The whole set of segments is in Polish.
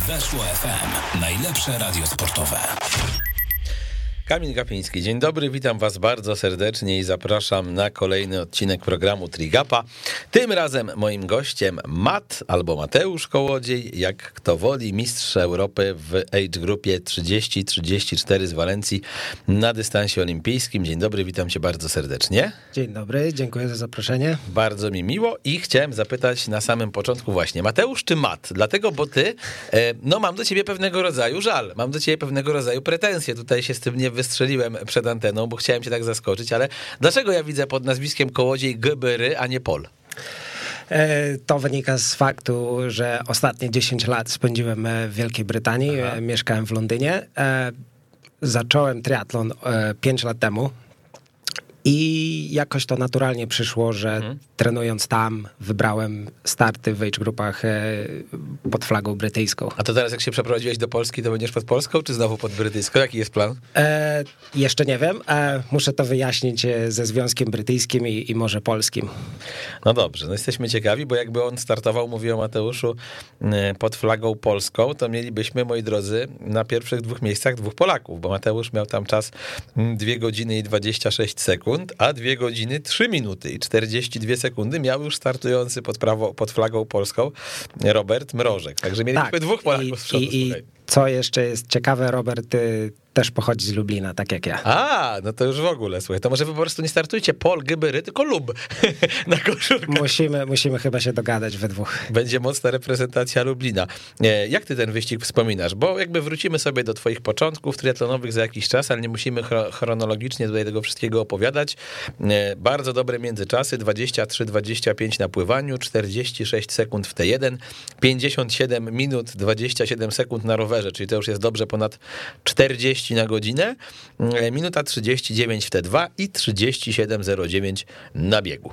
Weszło FM. Najlepsze radio sportowe. Kamil Gapiński, dzień dobry, witam was bardzo serdecznie i zapraszam na kolejny odcinek programu Trigapa. Tym razem moim gościem Matt albo Mateusz Kołodziej, jak kto woli, mistrz Europy w age grupie 30-34 z Walencji na dystansie olimpijskim. Dzień dobry, witam cię bardzo serdecznie. Dzień dobry, dziękuję za zaproszenie. Bardzo mi miło i chciałem zapytać na samym początku właśnie, Mateusz czy Matt? Dlatego, bo ty, mam do ciebie pewnego rodzaju żal, mam do ciebie pewnego rodzaju pretensje, tutaj się z tym nie wystrzeliłem przed anteną, bo chciałem cię tak zaskoczyć, ale dlaczego ja widzę pod nazwiskiem Kołodziej Gebery, a nie Pol? To wynika z faktu, że ostatnie 10 lat spędziłem w Wielkiej Brytanii, mieszkałem w Londynie. Zacząłem triatlon 5 lat temu i jakoś to naturalnie przyszło, że trenując tam wybrałem starty w age grupach pod flagą brytyjską. A to teraz jak się przeprowadziłeś do Polski, to będziesz pod polską, czy znowu pod brytyjską? Jaki jest plan? Jeszcze nie wiem. Muszę to wyjaśnić ze Związkiem Brytyjskim i może polskim. No dobrze, no jesteśmy ciekawi, bo jakby on startował, mówię o Mateuszu, pod flagą polską, to mielibyśmy, moi drodzy, na pierwszych 2 miejscach 2 Polaków, bo Mateusz miał tam czas 2 godziny i 26 sekund, a 2 godziny 3 minuty i 42 sekundy miał już startujący pod flagą polską Robert Mrożek. Także mieliśmy 2 Polaków z przodu. I co jeszcze jest ciekawe, Robert też pochodzi z Lublina, tak jak ja. No to już w ogóle, słuchaj, to może wy po prostu nie startujcie Pol, Gebery, tylko Lub na koszulkach. Musimy chyba się dogadać we dwóch. Będzie mocna reprezentacja Lublina. Jak ty ten wyścig wspominasz? Bo jakby wrócimy sobie do twoich początków triatlonowych za jakiś czas, ale nie musimy chronologicznie tutaj tego wszystkiego opowiadać. Bardzo dobre międzyczasy, 23-25 na pływaniu, 46 sekund w T1, 57 minut 27 sekund na rowerze, czyli to już jest dobrze ponad 40 na godzinę, minuta 39 w T2 i 37,09 na biegu.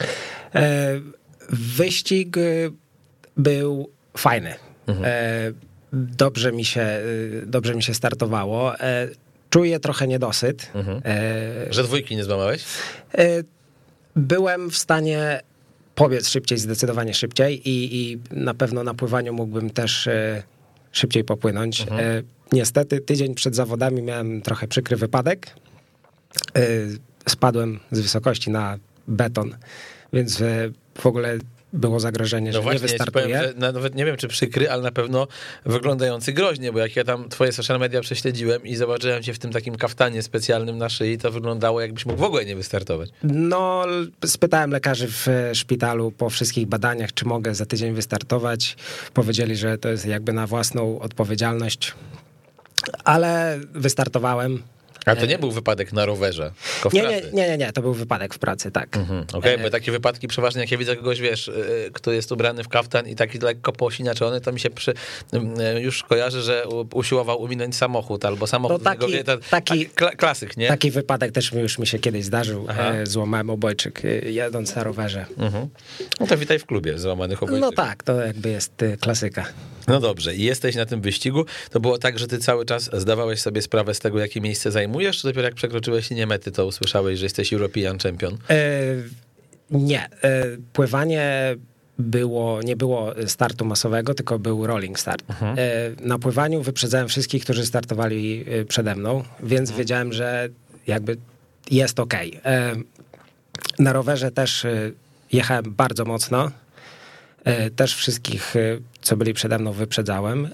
Wyścig był fajny. Dobrze mi się startowało. Czuję trochę niedosyt. Że 2 nie złamałeś? Byłem w stanie pobiec szybciej, zdecydowanie szybciej i na pewno na pływaniu mógłbym też szybciej popłynąć. Niestety tydzień przed zawodami miałem trochę przykry wypadek. Spadłem z wysokości na beton, więc w ogóle było zagrożenie, że nie wystartuję. Powiem, że nawet nie wiem, czy przykry, ale na pewno wyglądający groźnie, bo jak ja tam twoje social media prześledziłem i zobaczyłem cię w tym takim kaftanie specjalnym na szyi, to wyglądało, jakbyś mógł w ogóle nie wystartować. No, spytałem lekarzy w szpitalu po wszystkich badaniach, czy mogę za tydzień wystartować. Powiedzieli, że to jest jakby na własną odpowiedzialność, ale wystartowałem. A to nie był wypadek na rowerze, tylko w pracy? Nie, to był wypadek w pracy, tak. Okej, bo takie wypadki przeważnie, jak ja widzę kogoś, wiesz, kto jest ubrany w kaftan i taki lekko posinaczony, to mi się już kojarzy, że usiłował uminąć samochód, albo samochód klasyk, nie? Taki wypadek też już mi się kiedyś zdarzył. Złamałem obojczyk jadąc na rowerze. No to witaj w klubie złamanych obojczyków. No tak, to jakby jest klasyka. No dobrze, i jesteś na tym wyścigu. To było tak, że ty cały czas zdawałeś sobie sprawę z tego, jakie miejsce zajmujesz, czy dopiero jak przekroczyłeś linię mety, to usłyszałeś, że jesteś European Champion? Nie. Pływanie nie było startu masowego, tylko był rolling start. Na pływaniu wyprzedzałem wszystkich, którzy startowali przede mną, więc wiedziałem, że jakby jest okej. Na rowerze też jechałem bardzo mocno. Też wszystkich, co byli przede mną, wyprzedzałem.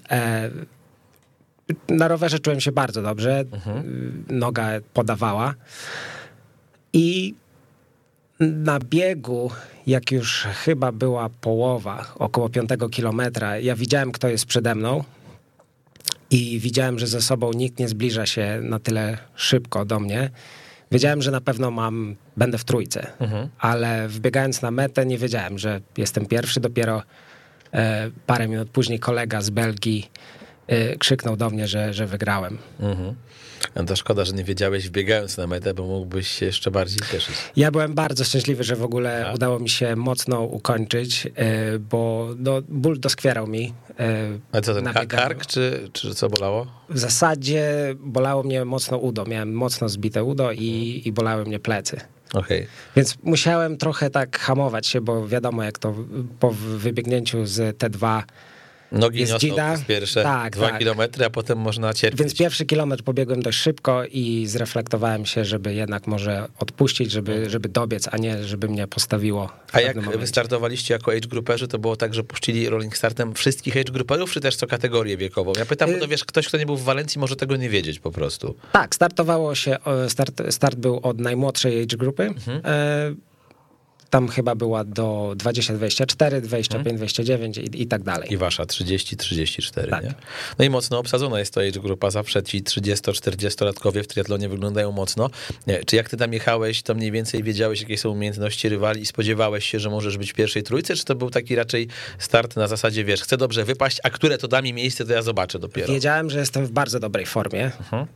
Na rowerze czułem się bardzo dobrze. Noga podawała. I na biegu, jak już chyba była połowa, około 5 kilometra, ja widziałem, kto jest przede mną i widziałem, że ze sobą nikt nie zbliża się na tyle szybko do mnie. Wiedziałem, że na pewno będę w trójce, ale wbiegając na metę nie wiedziałem, że jestem pierwszy. Dopiero parę minut później kolega z Belgii krzyknął do mnie, że wygrałem. No to szkoda, że nie wiedziałeś wbiegając na metę, bo mógłbyś się jeszcze bardziej cieszyć. Ja byłem bardzo szczęśliwy, że w ogóle udało mi się mocno ukończyć, bo ból doskwierał mi. A co, ten kark, czy co bolało? W zasadzie bolało mnie mocno udo. Miałem mocno zbite udo i bolały mnie plecy. Okay. Więc musiałem trochę tak hamować się, bo wiadomo, jak to po wybiegnięciu z T2 Nogi jest niosą dzida. przez pierwsze 2 kilometry, a potem można cierpieć. Więc pierwszy kilometr pobiegłem dość szybko i zreflektowałem się, żeby jednak może odpuścić, żeby dobiec, a nie żeby mnie postawiło w A jak pewnym momencie. wystartowaliście jako age grouperzy, to było tak, że puścili rolling startem wszystkich age grouperów, czy też co kategorię wiekową? Ja pytam, bo to wiesz, ktoś, kto nie był w Walencji, może tego nie wiedzieć po prostu. Tak, startowało się, start był od najmłodszej age grupy. Tam chyba była do 20-24, 25-29 i tak dalej. I wasza 30-34, Tak. nie? No i mocno obsadzona jest to age grupa. Zawsze ci 30-40-latkowie w triatlonie wyglądają mocno. Czy jak ty tam jechałeś, to mniej więcej wiedziałeś, jakie są umiejętności rywali i spodziewałeś się, że możesz być w pierwszej trójce, czy to był taki raczej start na zasadzie, wiesz, chcę dobrze wypaść, a które to da mi miejsce, to ja zobaczę dopiero? Wiedziałem, że jestem w bardzo dobrej formie.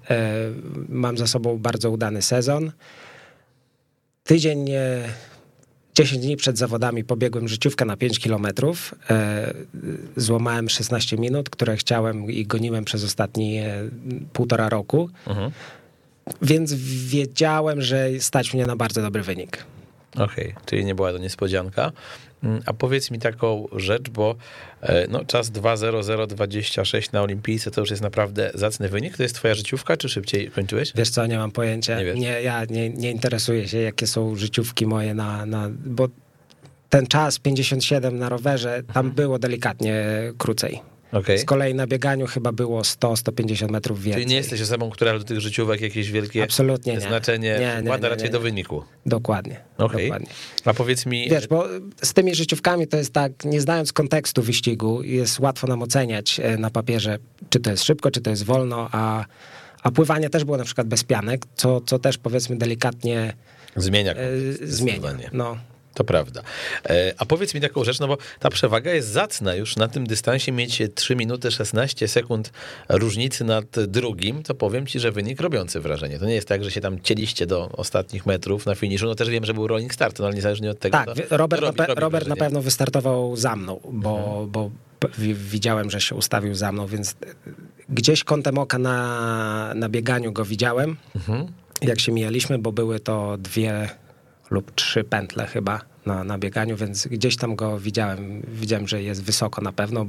Mam za sobą bardzo udany sezon. Tydzień... 10 dni przed zawodami pobiegłem życiówkę na 5 kilometrów. Złamałem 16 minut, które chciałem i goniłem przez ostatni 1,5 roku. Więc wiedziałem, że stać mnie na bardzo dobry wynik. Okej, czyli nie była to niespodzianka. A powiedz mi taką rzecz, bo no, czas 2:00:26 na olimpijce to już jest naprawdę zacny wynik. To jest twoja życiówka, czy szybciej kończyłeś? Wiesz co, nie mam pojęcia. Ja nie interesuję się, jakie są życiówki moje bo ten czas 57 na rowerze, tam było delikatnie krócej. Okay. Z kolei na bieganiu chyba było 100-150 metrów więcej. Czyli nie jesteś osobą, która do tych życiówek jakieś wielkie absolutnie znaczenie wkłada raczej do wyniku. Dokładnie. Dokładnie. A powiedz mi... Wiesz, bo z tymi życiówkami to jest tak, nie znając kontekstu wyścigu, jest łatwo nam oceniać na papierze, czy to jest szybko, czy to jest wolno, a pływanie też było na przykład bez pianek, co też powiedzmy delikatnie zmienia. No. To prawda. A powiedz mi taką rzecz, no bo ta przewaga jest zacna już na tym dystansie mieć 3 minuty 16 sekund różnicy nad drugim, to powiem ci, że wynik robiący wrażenie. To nie jest tak, że się tam cieliście do ostatnich metrów na finiszu, no też wiem, że był rolling start, no ale niezależnie od tego. Tak, Robert na pewno wystartował za mną, bo widziałem, że się ustawił za mną, więc gdzieś kątem oka na bieganiu go widziałem, jak się mijaliśmy, bo były to 2 lub 3 pętle chyba na bieganiu, więc gdzieś tam go widziałem. Widziałem, że jest wysoko na pewno,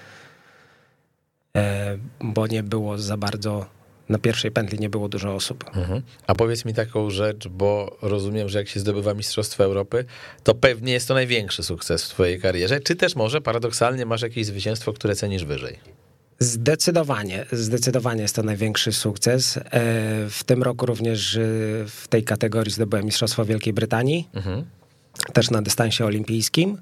bo nie było za bardzo, na pierwszej pętli nie było dużo osób. A powiedz mi taką rzecz, bo rozumiem, że jak się zdobywa Mistrzostwo Europy, to pewnie jest to największy sukces w twojej karierze, czy też może paradoksalnie masz jakieś zwycięstwo, które cenisz wyżej? Zdecydowanie jest to największy sukces. W tym roku również w tej kategorii zdobyłem Mistrzostwo Wielkiej Brytanii, też na dystansie olimpijskim.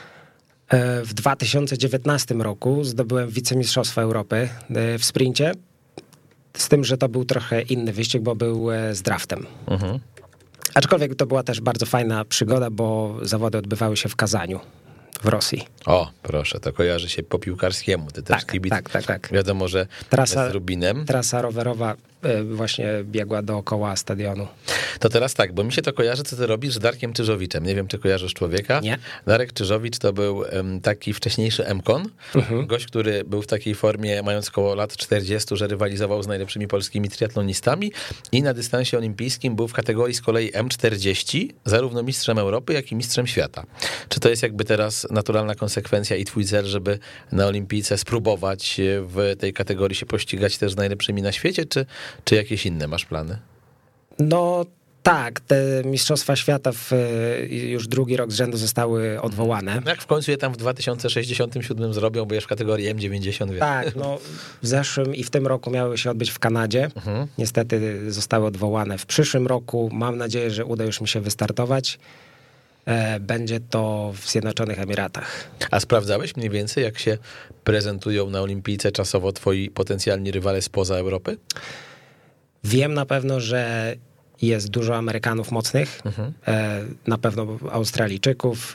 W 2019 roku zdobyłem wicemistrzostwo Europy w sprincie, z tym, że to był trochę inny wyścig, bo był z draftem. Aczkolwiek to była też bardzo fajna przygoda, bo zawody odbywały się w Kazaniu. W Rosji. O, proszę, to kojarzy się po piłkarskiemu. Ty też kibic. Tak. Wiadomo, że z Rubinem. Trasa rowerowa właśnie biegła dookoła stadionu. To teraz tak, bo mi się to kojarzy, co ty robisz z Darkiem Czyżowiczem. Nie wiem, czy kojarzysz człowieka. Nie. Darek Czyżowicz to był taki wcześniejszy M-kon. Gość, który był w takiej formie, mając około lat 40, że rywalizował z najlepszymi polskimi triatlonistami i na dystansie olimpijskim był w kategorii z kolei M40, zarówno mistrzem Europy, jak i mistrzem świata. Czy to jest jakby teraz naturalna konsekwencja i twój cel, żeby na olimpijce spróbować w tej kategorii się pościgać też z najlepszymi na świecie, czy jakieś inne masz plany? No tak, te Mistrzostwa Świata już drugi rok z rzędu zostały odwołane. Jak w końcu je tam w 2067 zrobią, bo już w kategorii M90. Wie. Tak, no w zeszłym i w tym roku miały się odbyć w Kanadzie. Niestety zostały odwołane. W przyszłym roku mam nadzieję, że uda już mi się wystartować. Będzie to w Zjednoczonych Emiratach. A sprawdzałeś mniej więcej, jak się prezentują na olimpijce czasowo twoi potencjalni rywale spoza Europy? Wiem na pewno, że jest dużo Amerykanów mocnych, na pewno Australijczyków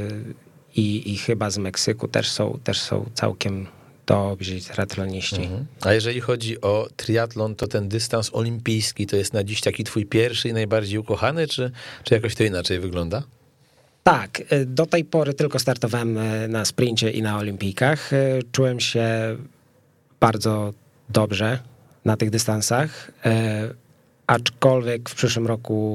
i chyba z Meksyku też są całkiem dobrzy triatloniści. A jeżeli chodzi o triatlon, to ten dystans olimpijski to jest na dziś taki twój pierwszy i najbardziej ukochany, czy jakoś to inaczej wygląda? Tak, do tej pory tylko startowałem na sprincie i na olimpijkach. Czułem się bardzo dobrze na tych dystansach, aczkolwiek w przyszłym roku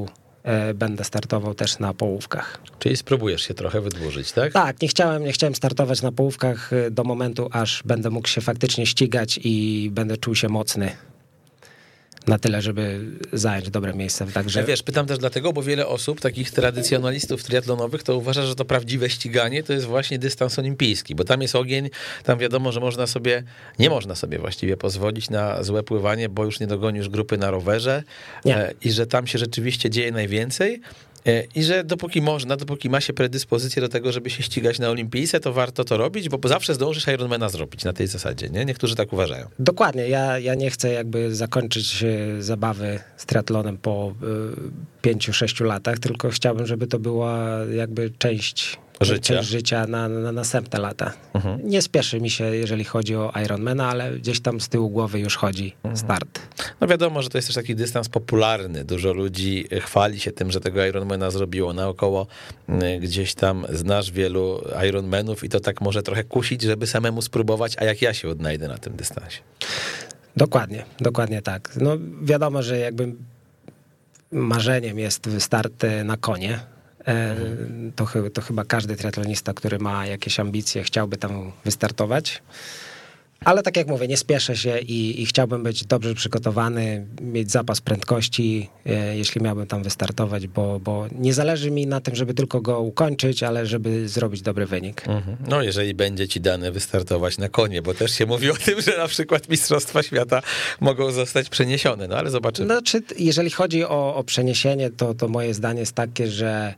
będę startował też na połówkach. Czyli spróbujesz się trochę wydłużyć, tak? Tak, nie chciałem startować na połówkach do momentu, aż będę mógł się faktycznie ścigać i będę czuł się mocny na tyle, żeby zająć dobre miejsce. Także... Wiesz, pytam też dlatego, bo wiele osób, takich tradycjonalistów triatlonowych, to uważa, że to prawdziwe ściganie to jest właśnie dystans olimpijski, bo tam jest ogień, tam wiadomo, że nie można sobie właściwie pozwolić na złe pływanie, bo już nie dogonisz grupy na rowerze i że tam się rzeczywiście dzieje najwięcej. I że dopóki ma się predyspozycję do tego, żeby się ścigać na olimpijce, to warto to robić, bo zawsze zdążysz Ironmana zrobić na tej zasadzie, nie? Niektórzy tak uważają. Dokładnie, ja nie chcę jakby zakończyć zabawy z triatlonem po 5-6 latach, tylko chciałbym, żeby to była jakby część życia na następne lata. Nie spieszy mi się, jeżeli chodzi o Ironmana, ale gdzieś tam z tyłu głowy już chodzi start. No wiadomo, że to jest też taki dystans popularny. Dużo ludzi chwali się tym, że tego Ironmana zrobiło naokoło. Gdzieś tam znasz wielu Ironmanów i to tak może trochę kusić, żeby samemu spróbować, a jak ja się odnajdę na tym dystansie. Dokładnie tak. No wiadomo, że jakby marzeniem jest start na konie. To chyba każdy triatlonista, który ma jakieś ambicje, chciałby tam wystartować. Ale tak jak mówię, nie spieszę się i chciałbym być dobrze przygotowany, mieć zapas prędkości, jeśli miałbym tam wystartować, bo nie zależy mi na tym, żeby tylko go ukończyć, ale żeby zrobić dobry wynik. No jeżeli będzie ci dane wystartować na konie, bo też się mówi o tym, że na przykład Mistrzostwa Świata mogą zostać przeniesione, no ale zobaczymy. Znaczy, jeżeli chodzi o przeniesienie, to moje zdanie jest takie, że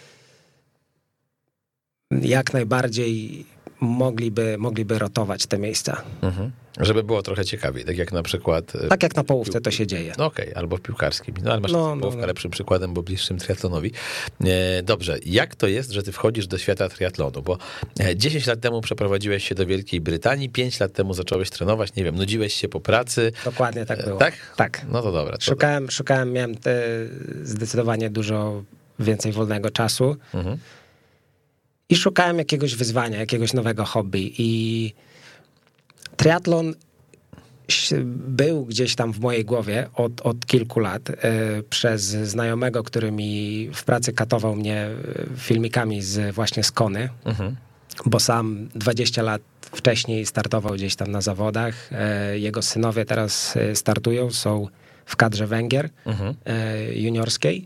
jak najbardziej mogliby rotować te miejsca. Żeby było trochę ciekawiej, tak jak na przykład... Tak jak na połówce to się dzieje. No okej, albo w piłkarskim. No ale masz połówkę lepszym przykładem, bo bliższym triatlonowi. Dobrze, jak to jest, że ty wchodzisz do świata triatlonu? Bo 10 lat temu przeprowadziłeś się do Wielkiej Brytanii, 5 lat temu zacząłeś trenować, nie wiem, nudziłeś się po pracy. Dokładnie tak było. Tak? Tak. No to dobra. Szukałem, miałem zdecydowanie dużo więcej wolnego czasu. I szukałem jakiegoś wyzwania, jakiegoś nowego hobby i triatlon był gdzieś tam w mojej głowie od kilku lat przez znajomego, który mi w pracy katował mnie filmikami właśnie z Kony, bo sam 20 lat wcześniej startował gdzieś tam na zawodach. Jego synowie teraz startują, są w kadrze Węgier juniorskiej.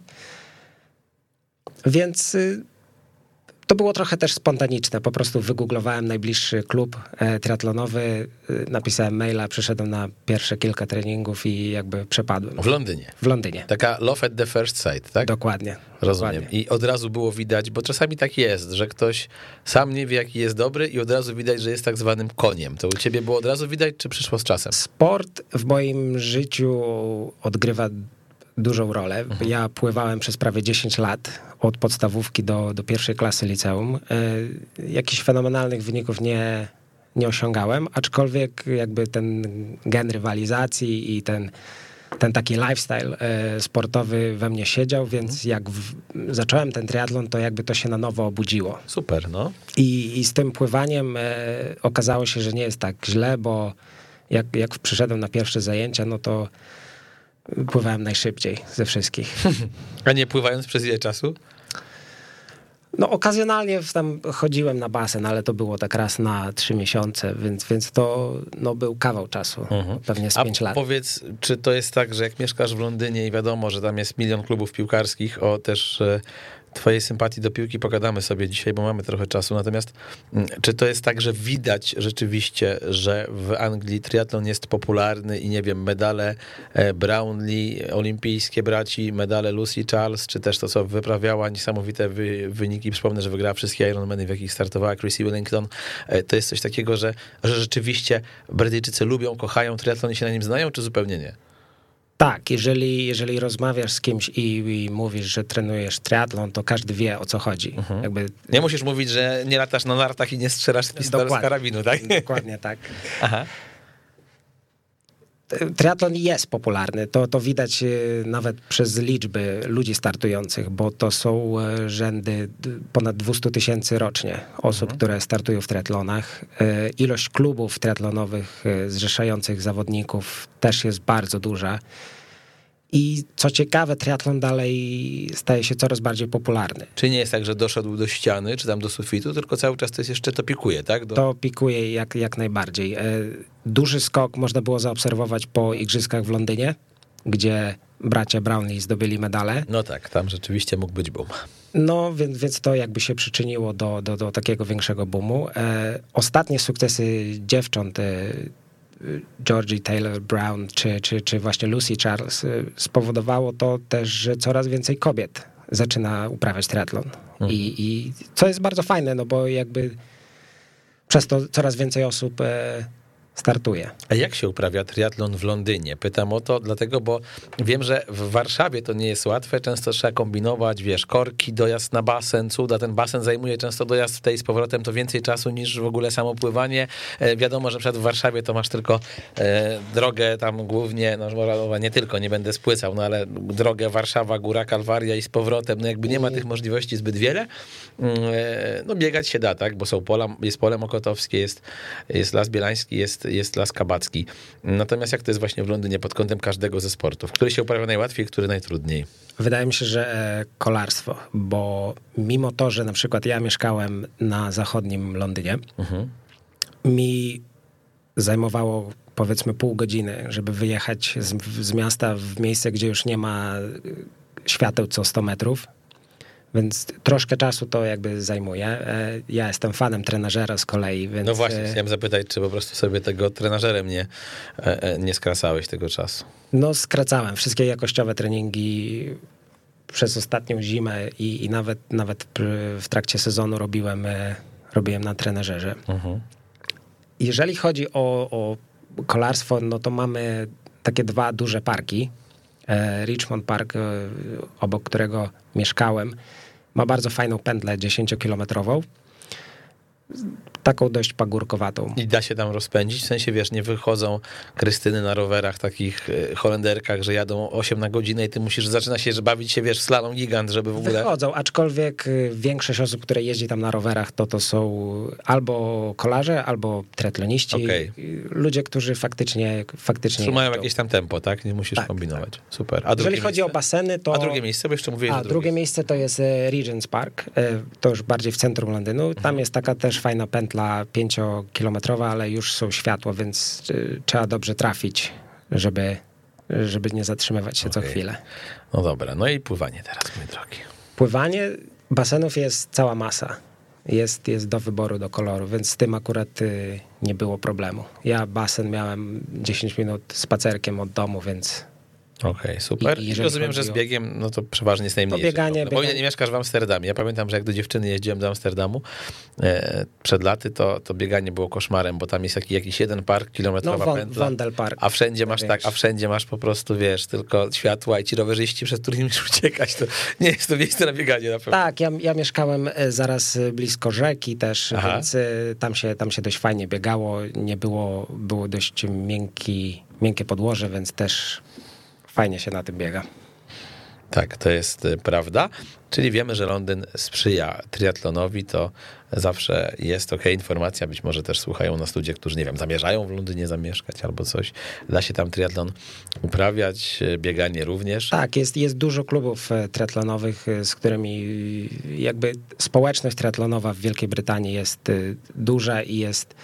Więc to było trochę też spontaniczne. Po prostu wygooglowałem najbliższy klub triatlonowy, napisałem maila, przyszedłem na pierwsze kilka treningów i jakby przepadłem. W Londynie? W Londynie. Taka love at the first sight, tak? Dokładnie. Rozumiem. Dokładnie. I od razu było widać, bo czasami tak jest, że ktoś sam nie wie, jaki jest dobry i od razu widać, że jest tak zwanym koniem. To u ciebie było od razu widać, czy przyszło z czasem? Sport w moim życiu odgrywa dużą rolę. Ja pływałem przez prawie 10 lat, od podstawówki do pierwszej klasy liceum. Jakichś fenomenalnych wyników nie osiągałem, aczkolwiek jakby ten gen rywalizacji i ten taki lifestyle sportowy we mnie siedział, więc jak zacząłem ten triatlon, to jakby to się na nowo obudziło. Super, no. I z tym pływaniem okazało się, że nie jest tak źle, bo jak przyszedłem na pierwsze zajęcia, no to pływałem najszybciej ze wszystkich. A nie pływając przez ile czasu? No okazjonalnie tam chodziłem na basen, ale to było tak raz na 3 miesiące, więc to był kawał czasu, pewnie z 5 lat. A powiedz, czy to jest tak, że jak mieszkasz w Londynie i wiadomo, że tam jest 1 milion klubów piłkarskich, o też twojej sympatii do piłki pogadamy sobie dzisiaj, bo mamy trochę czasu, natomiast czy to jest tak, że widać rzeczywiście, że w Anglii triatlon jest popularny i nie wiem, medale Brownlee, olimpijskie braci, medale Lucy Charles, czy też to, co wyprawiała niesamowite wyniki, przypomnę, że wygrała wszystkie Ironmany, w jakich startowała Chrissy Wellington, to jest coś takiego, że rzeczywiście Brytyjczycy lubią, kochają triatlon i się na nim znają, czy zupełnie nie? Tak, jeżeli rozmawiasz z kimś i mówisz, że trenujesz triatlon, to każdy wie, o co chodzi. Jakby... Nie musisz mówić, że nie latasz na nartach i nie strzelasz z pistoletu z karabinu, tak? Dokładnie tak. Aha. Triatlon jest popularny, to widać nawet przez liczby ludzi startujących, bo to są rzędy ponad 200 000 rocznie osób, które startują w triatlonach. Ilość klubów triatlonowych zrzeszających zawodników też jest bardzo duża. I co ciekawe, triatlon dalej staje się coraz bardziej popularny. Czy nie jest tak, że doszedł do ściany, czy tam do sufitu, tylko cały czas to jest jeszcze, to pikuje, tak? To pikuje jak najbardziej. Duży skok można było zaobserwować po igrzyskach w Londynie, gdzie bracia Brownlee zdobyli medale. No tak, tam rzeczywiście mógł być boom. No, więc to jakby się przyczyniło do takiego większego boomu. Ostatnie sukcesy dziewcząt, Georgie Taylor Brown czy właśnie Lucy Charles, spowodowało to też, że coraz więcej kobiet zaczyna uprawiać triatlon. I co jest bardzo fajne, no bo jakby przez to coraz więcej osób startuje. A jak się uprawia triatlon w Londynie? Pytam o to dlatego, bo wiem, że w Warszawie to nie jest łatwe, często trzeba kombinować, wiesz, korki, dojazd na basen, cuda, ten basen zajmuje często dojazd w tej z powrotem to więcej czasu niż w ogóle samo pływanie. Wiadomo, że przed w Warszawie to masz tylko drogę tam głównie, no nie tylko, nie będę spłycał, no ale drogę Warszawa, Góra Kalwaria i z powrotem, no jakby nie ma tych możliwości zbyt wiele. No biegać się da, tak, bo są pola, jest pole mokotowskie, jest Las Bielański, jest Las Kabacki. Natomiast jak to jest właśnie w Londynie pod kątem każdego ze sportów? Który się uprawia najłatwiej, który najtrudniej? Wydaje mi się, że kolarstwo, bo mimo to, że na przykład ja mieszkałem na zachodnim Londynie, mi zajmowało powiedzmy pół godziny, żeby wyjechać z miasta w miejsce, gdzie już nie ma świateł co 100 metrów. Więc troszkę czasu to jakby zajmuje. Ja jestem fanem trenażera z kolei, więc... No właśnie, chciałem zapytać, czy po prostu sobie tego trenażerem nie skracałeś tego czasu? No skracałem. Wszystkie jakościowe treningi przez ostatnią zimę i nawet w trakcie sezonu robiłem na trenażerze. Jeżeli chodzi o kolarstwo, no to mamy takie dwa duże parki. Richmond Park, obok którego mieszkałem, ma bardzo fajną pętlę 10-kilometrową, taką dość pagórkowatą. I da się tam rozpędzić? W sensie, wiesz, nie wychodzą Krystyny na rowerach, takich Holenderkach, że jadą 8 na godzinę i ty musisz, zaczyna się bawić się, wiesz, slalom gigant, żeby w ogóle... Wychodzą, aczkolwiek większość osób, które jeździ tam na rowerach, to są albo kolarze, albo triatloniści. Okay. Ludzie, którzy faktycznie mają jakieś tam tempo, tak? Nie musisz kombinować. Tak. Super. A jeżeli chodzi o baseny, to... A drugie miejsce, bo jeszcze mówiłeś, że drugie miejsce to jest Regent's Park, to już bardziej w centrum Londynu. Tam jest taka też fajna pętla 5-kilometrowa, ale już są światła, więc trzeba dobrze trafić, żeby nie zatrzymywać się co chwilę. No dobra, no i pływanie teraz, mój drogi. Pływanie, basenów jest cała masa. Jest do wyboru, do koloru, więc z tym akurat nie było problemu. Ja basen miałem 10 minut spacerkiem od domu, więc... Okej, super. I rozumiem, że z biegiem, no to przeważnie jest najmniejszy problem. Bo nie mieszkasz w Amsterdamie. Ja pamiętam, że jak do dziewczyny jeździłem do Amsterdamu przed laty, to bieganie było koszmarem, bo tam jest jakiś jeden park, kilometrowa pętla. Wandelpark. A wszędzie masz po prostu, wiesz, tylko światła i ci rowerzyści, przez których musisz uciekać. To nie jest to miejsce na bieganie na pewno. Tak, ja mieszkałem zaraz blisko rzeki też, więc tam się dość fajnie biegało. Było dość miękkie podłoże, więc też fajnie się na tym biega. Tak, to jest prawda. Czyli wiemy, że Londyn sprzyja triatlonowi, to zawsze jest informacja. Być może też słuchają nas ludzie, którzy, nie wiem, zamierzają w Londynie zamieszkać albo coś. Da się tam triatlon uprawiać, bieganie również. Tak, jest dużo klubów triatlonowych, z którymi jakby społeczność triatlonowa w Wielkiej Brytanii jest duża i jest...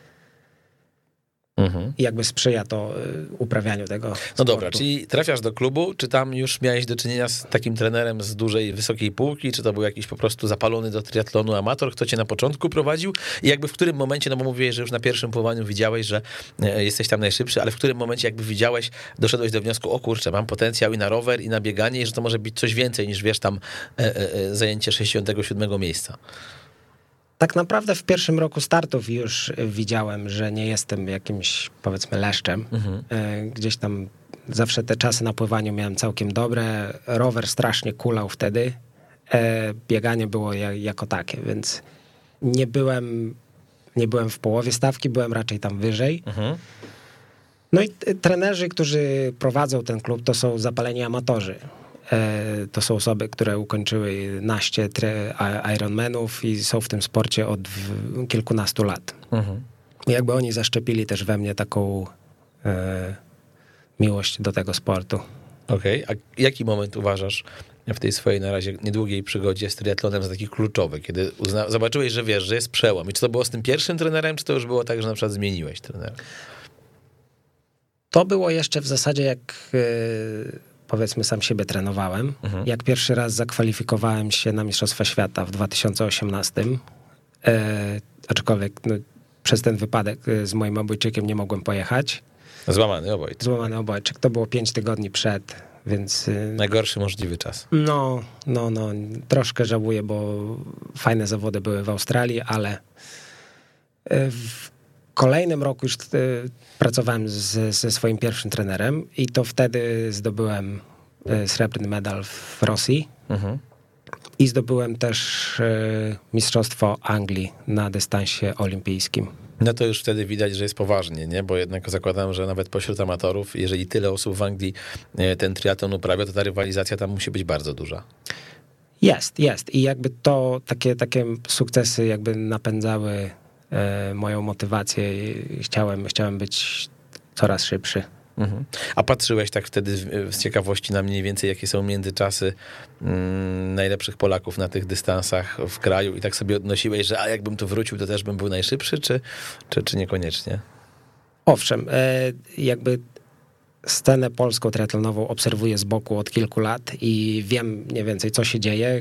I jakby sprzyja to uprawianiu tego sportu. No dobra, czyli trafiasz do klubu, czy tam już miałeś do czynienia z takim trenerem z dużej, wysokiej półki, czy to był jakiś po prostu zapalony do triatlonu amator, kto cię na początku prowadził i jakby w którym momencie, no bo mówiłeś, że już na pierwszym pływaniu widziałeś, że jesteś tam najszybszy, ale w którym momencie jakby widziałeś, doszedłeś do wniosku, o kurczę, mam potencjał i na rower, i na bieganie, i że to może być coś więcej niż, wiesz, tam zajęcie 67 miejsca. Tak naprawdę w pierwszym roku startów już widziałem, że nie jestem jakimś, powiedzmy, leszczem. Gdzieś tam zawsze te czasy na pływaniu miałem całkiem dobre. Rower strasznie kulał wtedy. Bieganie było jako takie, więc nie byłem w połowie stawki, byłem raczej tam wyżej. No i trenerzy, którzy prowadzą ten klub, to są zapaleni amatorzy. To są osoby, które ukończyły naście Ironmanów i są w tym sporcie od kilkunastu lat. I jakby oni zaszczepili też we mnie taką miłość do tego sportu. Okej, a jaki moment uważasz w tej swojej na razie niedługiej przygodzie z triatlonem za taki kluczowy, kiedy zobaczyłeś, że wiesz, że jest przełom? I czy to było z tym pierwszym trenerem, czy to już było tak, że na przykład zmieniłeś trenera? To było jeszcze w zasadzie jak powiedzmy sam siebie trenowałem. Jak pierwszy raz zakwalifikowałem się na Mistrzostwa Świata w 2018, aczkolwiek przez ten wypadek z moim obojczykiem nie mogłem pojechać. Złamany obojczyk. Złamany obojczyk. To było 5 tygodni przed, więc... Najgorszy możliwy czas. No, troszkę żałuję, bo fajne zawody były w Australii, ale w kolejnym roku już pracowałem ze swoim pierwszym trenerem i to wtedy zdobyłem srebrny medal w Rosji i zdobyłem też Mistrzostwo Anglii na dystansie olimpijskim. No to już wtedy widać, że jest poważnie, nie? Bo jednak zakładam, że nawet pośród amatorów, jeżeli tyle osób w Anglii ten triatlon uprawia, to ta rywalizacja tam musi być bardzo duża. Jest. I jakby to takie sukcesy jakby napędzały moją motywację i chciałem być coraz szybszy. A patrzyłeś tak wtedy z ciekawości na mniej więcej, jakie są międzyczasy najlepszych Polaków na tych dystansach w kraju i tak sobie odnosiłeś, że a jakbym tu wrócił, to też bym był najszybszy, czy niekoniecznie? Owszem, jakby scenę polską triatlonową obserwuję z boku od kilku lat i wiem mniej więcej, co się dzieje.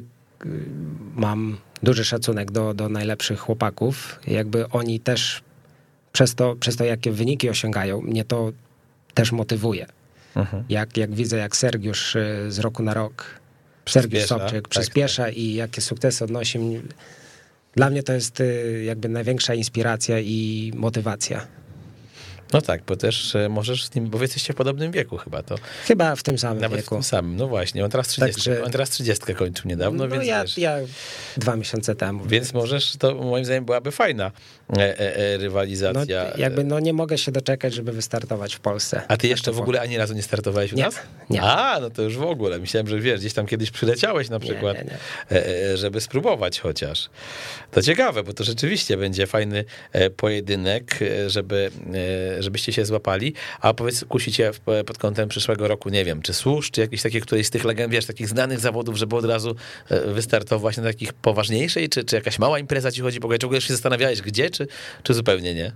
Mam duży szacunek do najlepszych chłopaków. Jakby oni też przez to, jakie wyniki osiągają, mnie to też motywuje. Jak widzę, jak Sergiusz z roku na rok, Sergiusz Sobczyk przyspiesza i jakie sukcesy odnosi, dla mnie to jest jakby największa inspiracja i motywacja. No tak, bo też możesz z nim, bo wy jesteście w podobnym wieku chyba to. Chyba w tym samym nawet wieku. Nawet w tym samym, no właśnie. On teraz 30 kończył niedawno, więc ja 2 miesiące temu. Więc możesz, to moim zdaniem byłaby fajna rywalizacja. Nie mogę się doczekać, żeby wystartować w Polsce. A ty jeszcze w ogóle ani razu nie startowałeś u nas? Nie. A, no to już w ogóle. Myślałem, że wiesz, gdzieś tam kiedyś przyleciałeś na przykład, żeby spróbować chociaż. To ciekawe, bo to rzeczywiście będzie fajny pojedynek, żebyście się złapali. A powiedz, kusicie pod kątem przyszłego roku, nie wiem, czy Służ, czy jakieś takie, któreś z tych legend, wiesz, takich znanych zawodów, żeby od razu wystartować na takich poważniejszej, czy jakaś mała impreza ci chodzi? Czy w ogóle już się zastanawiałeś, gdzie, czy zupełnie nie?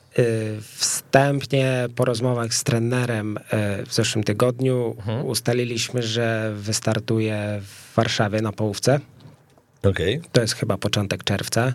Wstępnie po rozmowach z trenerem w zeszłym tygodniu ustaliliśmy, że wystartuję w Warszawie na Połówce. Okay. To jest chyba początek czerwca.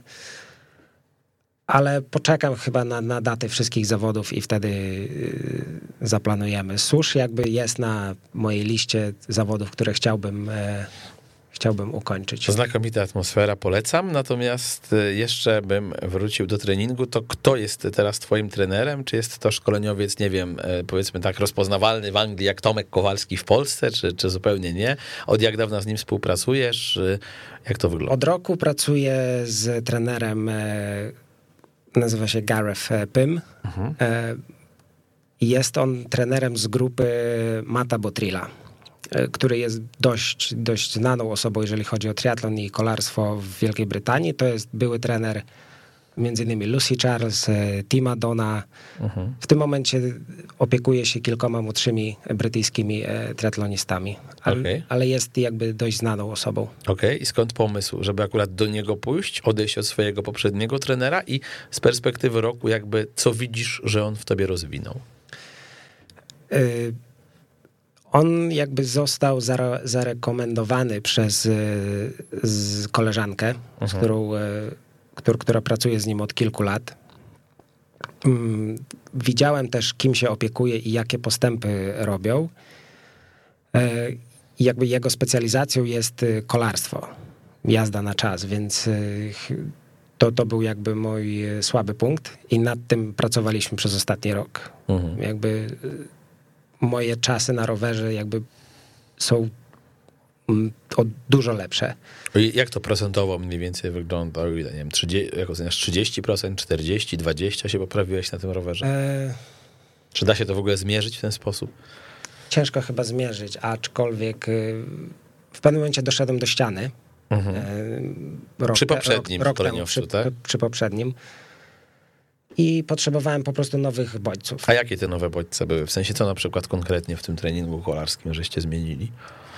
Ale poczekam chyba na daty wszystkich zawodów i wtedy zaplanujemy. Służ jakby jest na mojej liście zawodów, które chciałbym ukończyć. To znakomita atmosfera, polecam. Natomiast jeszcze bym wrócił do treningu. To kto jest teraz twoim trenerem? Czy jest to szkoleniowiec, nie wiem, powiedzmy tak rozpoznawalny w Anglii jak Tomek Kowalski w Polsce, czy zupełnie nie? Od jak dawna z nim współpracujesz? Jak to wygląda? Od roku pracuję z trenerem, nazywa się Gareth Pym. Jest on trenerem z grupy Matta Botrila, który jest dość znaną osobą, jeżeli chodzi o triatlon i kolarstwo w Wielkiej Brytanii. To jest były trener m.in. Lucy Charles, Tima Donna. W tym momencie opiekuje się kilkoma młodszymi brytyjskimi triatlonistami, ale jest jakby dość znaną osobą. Okej, i skąd pomysł, żeby akurat do niego pójść, odejść od swojego poprzedniego trenera i z perspektywy roku jakby co widzisz, że on w tobie rozwinął? On jakby został zarekomendowany przez koleżankę, która pracuje z nim od kilku lat. Widziałem też, kim się opiekuje i jakie postępy robią. I jakby jego specjalizacją jest kolarstwo, jazda na czas, więc to był jakby mój słaby punkt i nad tym pracowaliśmy przez ostatni rok. Jakby moje czasy na rowerze jakby są dużo lepsze. Jak to procentowo mniej więcej wygląda? Nie wiem, 30%, 40%, 20% się poprawiłeś na tym rowerze? Czy da się to w ogóle zmierzyć w ten sposób? Ciężko chyba zmierzyć, aczkolwiek w pewnym momencie doszedłem do ściany. Przy poprzednim szkoleniowcu, tak? Przy poprzednim. i potrzebowałem po prostu nowych bodźców. A jakie te nowe bodźce były? W sensie co na przykład konkretnie w tym treningu kolarskim żeście zmienili?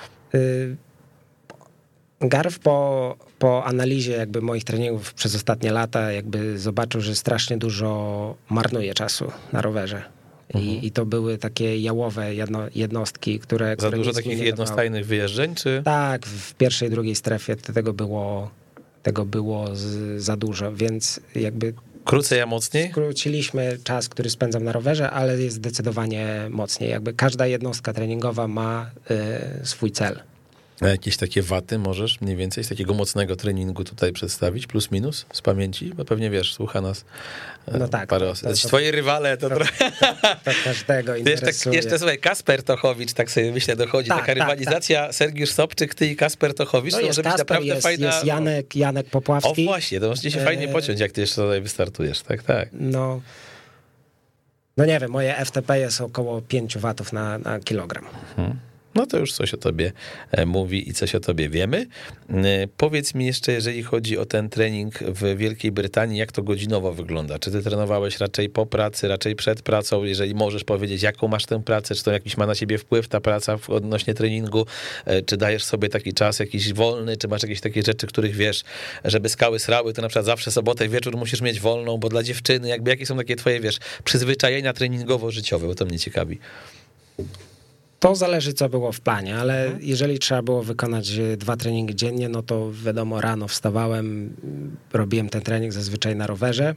Garw po analizie jakby moich treningów przez ostatnie lata jakby zobaczył, że strasznie dużo marnuję czasu na rowerze. I to były takie jałowe jednostki, które... Za dużo takich jednostajnych wyjeżdżeń, czy? Tak, w pierwszej, drugiej strefie tego było za dużo, więc jakby... Krócej, a mocniej? Skróciliśmy czas, który spędzam na rowerze, ale jest zdecydowanie mocniej. Jakby każda jednostka treningowa ma swój cel. A jakieś takie waty możesz mniej więcej z takiego mocnego treningu tutaj przedstawić, plus minus z pamięci? Bo pewnie wiesz, słucha nas no tak, parę osób. Twoi rywale to trochę... To każdego interesuje. Jeszcze słuchaj, Kasper Tochowicz, tak sobie myślę, dochodzi. Taka rywalizacja Sergiusz Sobczyk, ty i Kasper Tochowicz, no to może być naprawdę fajna... Jest Janek Popławski. O właśnie, to możecie się fajnie pociąć, jak ty jeszcze tutaj wystartujesz, tak? No nie wiem, moje FTP jest około 5 watów na kilogram. No to już coś o tobie mówi i coś o tobie wiemy. Powiedz mi jeszcze, jeżeli chodzi o ten trening w Wielkiej Brytanii, jak to godzinowo wygląda? Czy ty trenowałeś raczej po pracy, raczej przed pracą? Jeżeli możesz powiedzieć, jaką masz tę pracę, czy to jakiś ma na ciebie wpływ ta praca odnośnie treningu? Czy dajesz sobie taki czas jakiś wolny, czy masz jakieś takie rzeczy, których wiesz, żeby skały srały, to na przykład zawsze sobotę i wieczór musisz mieć wolną, bo dla dziewczyny, jakby jakie są takie twoje, wiesz, przyzwyczajenia treningowo-życiowe, bo to mnie ciekawi. To zależy, co było w planie, ale jeżeli trzeba było wykonać 2 treningi dziennie, no to wiadomo, rano wstawałem, robiłem ten trening zazwyczaj na rowerze,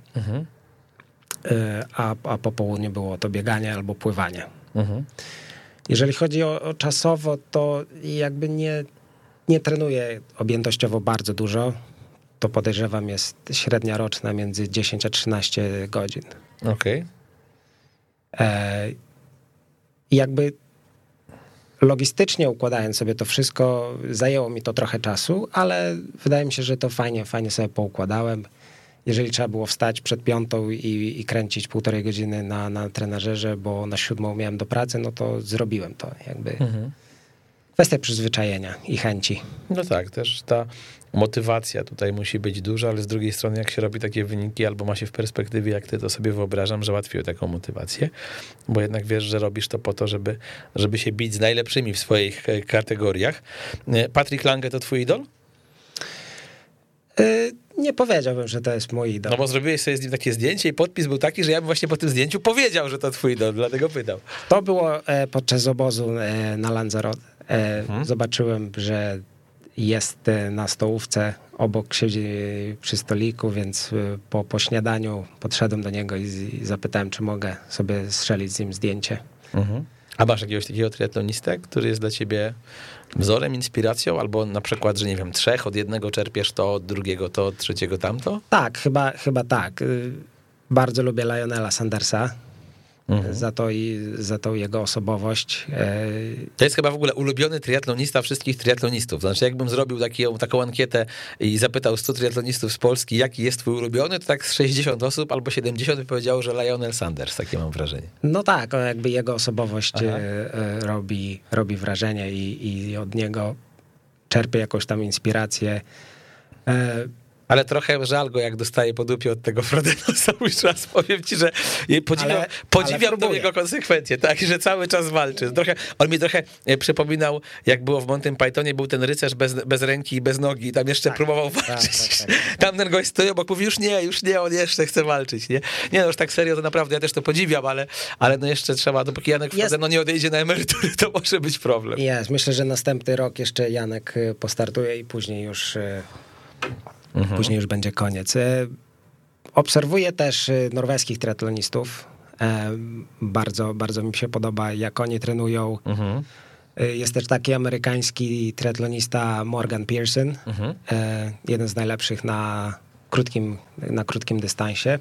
a po południu było to bieganie albo pływanie. Jeżeli chodzi o czasowo, to jakby nie trenuję objętościowo bardzo dużo. To podejrzewam jest średnia roczna między 10 a 13 godzin. Okej. Jakby logistycznie układając sobie to wszystko, zajęło mi to trochę czasu, ale wydaje mi się, że to fajnie sobie poukładałem. Jeżeli trzeba było wstać przed 5 i kręcić 1,5 godziny na trenażerze, bo na 7 miałem do pracy, no to zrobiłem to. Jakby kwestia przyzwyczajenia i chęci. No tak, też ta motywacja tutaj musi być duża, ale z drugiej strony jak się robi takie wyniki, albo ma się w perspektywie, jak ty to sobie wyobrażam, że łatwiej o taką motywację, bo jednak wiesz, że robisz to po to, żeby się bić z najlepszymi w swoich kategoriach. Patrick Lange to twój idol? Nie powiedziałbym, że to jest mój idol. No bo zrobiłeś sobie z nim takie zdjęcie i podpis był taki, że ja bym właśnie po tym zdjęciu powiedział, że to twój idol, dlatego pytał. To było podczas obozu na Lanzarote. Zobaczyłem, że jest na stołówce, obok siedzi przy stoliku, więc po śniadaniu podszedłem do niego i zapytałem, czy mogę sobie strzelić z nim zdjęcie. A masz jakiegoś takiego triatlonistę, który jest dla ciebie wzorem, inspiracją, albo na przykład, że nie wiem, 3, od jednego czerpiesz to, od drugiego to, od trzeciego tamto? Tak, chyba tak. Bardzo lubię Lionela Sandersa. Za tą jego osobowość. To jest chyba w ogóle ulubiony triatlonista wszystkich triatlonistów. Znaczy, jakbym zrobił taką ankietę i zapytał 100 triatlonistów z Polski, jaki jest twój ulubiony, to tak z 60 osób albo 70 by powiedziało, że Lionel Sanders, takie mam wrażenie. No tak, jakby jego osobowość robi wrażenie i od niego czerpię jakąś tam inspirację. Ale trochę żal go, jak dostaje po dupie od tego Frodeno cały czas. Powiem ci, że podziwiam tą jego konsekwencje, tak, że cały czas walczy. On mi trochę przypominał, jak było w Montym Pythonie, był ten rycerz bez ręki i bez nogi i tam jeszcze próbował walczyć. Tak. Tam ten gość stoi obok, mówi, już nie, on jeszcze chce walczyć. Nie, no już tak serio, to naprawdę ja też to podziwiam, ale no jeszcze trzeba, dopóki Janek Frodeno nie odejdzie na emeryturę, to może być problem. Jest, myślę, że następny rok jeszcze Janek postartuje i później już... Później już będzie koniec. Obserwuję też norweskich triatlonistów. Bardzo mi się podoba, jak oni trenują. Jest też taki amerykański triatlonista Morgan Pearson. Jeden z najlepszych na krótkim dystansie.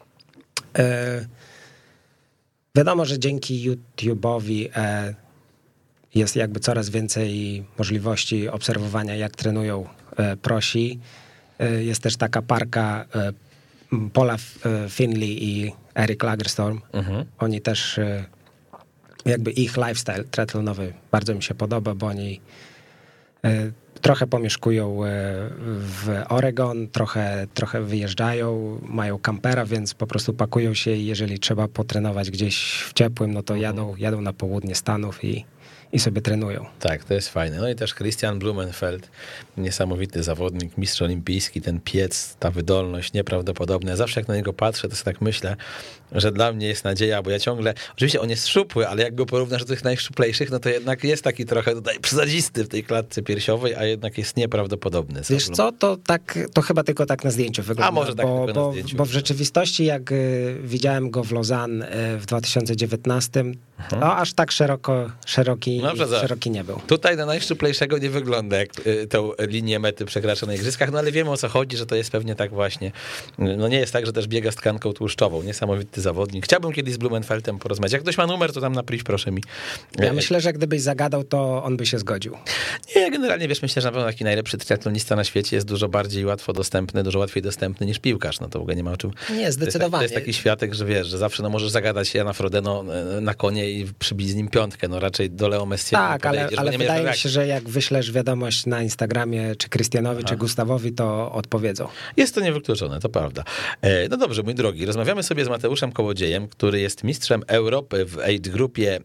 Wiadomo, że dzięki YouTube'owi jest jakby coraz więcej możliwości obserwowania, jak trenują prosi. Jest też taka parka Paula Finley i Eric Lagerstorm. Oni też, jakby ich lifestyle triathlonowy bardzo mi się podoba, bo oni trochę pomieszkują w Oregon, trochę wyjeżdżają, mają kampera, więc po prostu pakują się i jeżeli trzeba potrenować gdzieś w ciepłym, no to jadą na południe Stanów i sobie trenują. Tak, to jest fajne. No i też Christian Blumenfeld, niesamowity zawodnik, mistrz olimpijski, ten piec, ta wydolność nieprawdopodobna. Zawsze jak na niego patrzę, to sobie tak myślę, że dla mnie jest nadzieja, bo ja ciągle, oczywiście on jest szczupły, ale jak go porównasz do tych najszczuplejszych, no to jednak jest taki trochę tutaj przesadzisty w tej klatce piersiowej, a jednak jest nieprawdopodobny. Wiesz co, to chyba tylko tak na zdjęciu wygląda. A może tak tylko na zdjęciu. Bo w rzeczywistości jak widziałem go w Lausanne w 2019, to aż tak szeroki nie był. Tutaj na najszczuplejszego nie wygląda, jak tą linię mety przekracza na igrzyskach, no ale wiemy o co chodzi, że to jest pewnie tak właśnie. No nie jest tak, że też biega z tkanką tłuszczową. Niesamowity zawodnik. Chciałbym kiedyś z Blumenfeldem porozmawiać. Jak ktoś ma numer, to tam napisz, proszę mi. Ja myślę, że gdybyś zagadał, to on by się zgodził. Nie, generalnie wiesz, myślę, że na pewno taki najlepszy triatlonista na świecie jest dużo bardziej łatwo dostępny, dużo łatwiej dostępny niż piłkarz. No to w ogóle nie ma o czym. Nie, zdecydowanie. To jest taki światek, że wiesz, że zawsze no, możesz zagadać Jana Frodeno na konie i przybić z nim piątkę. No raczej do Leo Messiego. Tak, ale wydaje mi się, że jak wyślesz wiadomość na Instagramie, czy Krystianowi, czy Gustawowi, to odpowiedzą. Jest to niewykluczone, to prawda. No dobrze, mój drogi, rozmawiamy sobie z Mateuszem Kołodziejem, który jest mistrzem Europy w age grupie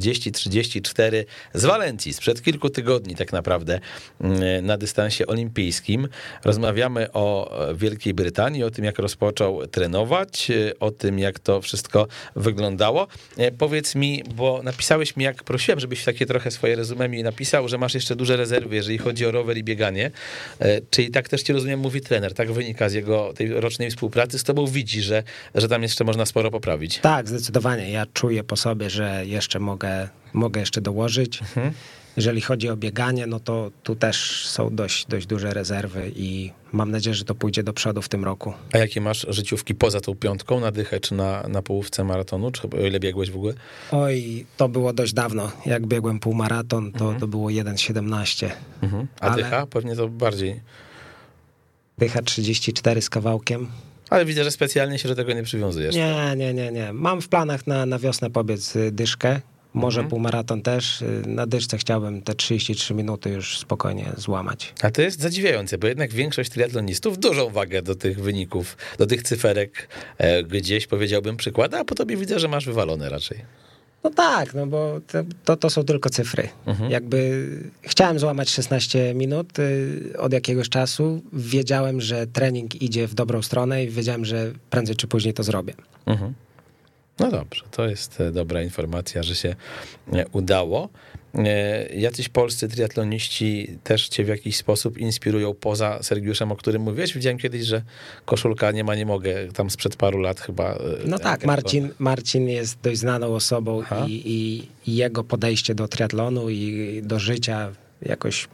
30-34 z Walencji sprzed kilku tygodni tak naprawdę na dystansie olimpijskim. Rozmawiamy o Wielkiej Brytanii, o tym jak rozpoczął trenować, o tym jak to wszystko wyglądało. Powiedz mi, bo napisałeś mi, jak prosiłem, żebyś takie trochę swoje resume mi napisał, że masz jeszcze duże rezerwy, jeżeli chodzi o rower i bieganie. Czyli tak też ci rozumiem, mówi trener, tak wynika z jego tej rocznej współpracy z tobą, widzi, że tam jeszcze można sporo poprawić. Tak, zdecydowanie. Ja czuję po sobie, że jeszcze mogę jeszcze dołożyć. Jeżeli chodzi o bieganie, no to tu też są dość duże rezerwy i mam nadzieję, że to pójdzie do przodu w tym roku. A jakie masz życiówki poza tą piątką na dychę, czy na połówce maratonu? Czy o ile biegłeś w ogóle? Oj, to było dość dawno. Jak biegłem półmaraton, to było 1,17. A dycha? Pewnie to bardziej. Dycha 34 z kawałkiem. Ale widzę, że specjalnie się do tego nie przywiązujesz. Nie. Mam w planach na wiosnę pobiec dyszkę. Może półmaraton też. Na dyszce chciałbym te 33 minuty już spokojnie złamać. A to jest zadziwiające, bo jednak większość triatlonistów dużą wagę do tych wyników, do tych cyferek gdzieś, powiedziałbym, przykłada, a po tobie widzę, że masz wywalone raczej. No tak, no bo to są tylko cyfry. Jakby chciałem złamać 16 minut od jakiegoś czasu. Wiedziałem, że trening idzie w dobrą stronę i wiedziałem, że prędzej czy później to zrobię. No dobrze, to jest dobra informacja, że się udało. Jacyś polscy triatloniści też cię w jakiś sposób inspirują poza Sergiuszem, o którym mówiłeś? Widziałem kiedyś, że koszulka nie mogę, tam sprzed paru lat chyba. No tak, Marcin jest dość znaną osobą i jego podejście do triatlonu i do życia jakoś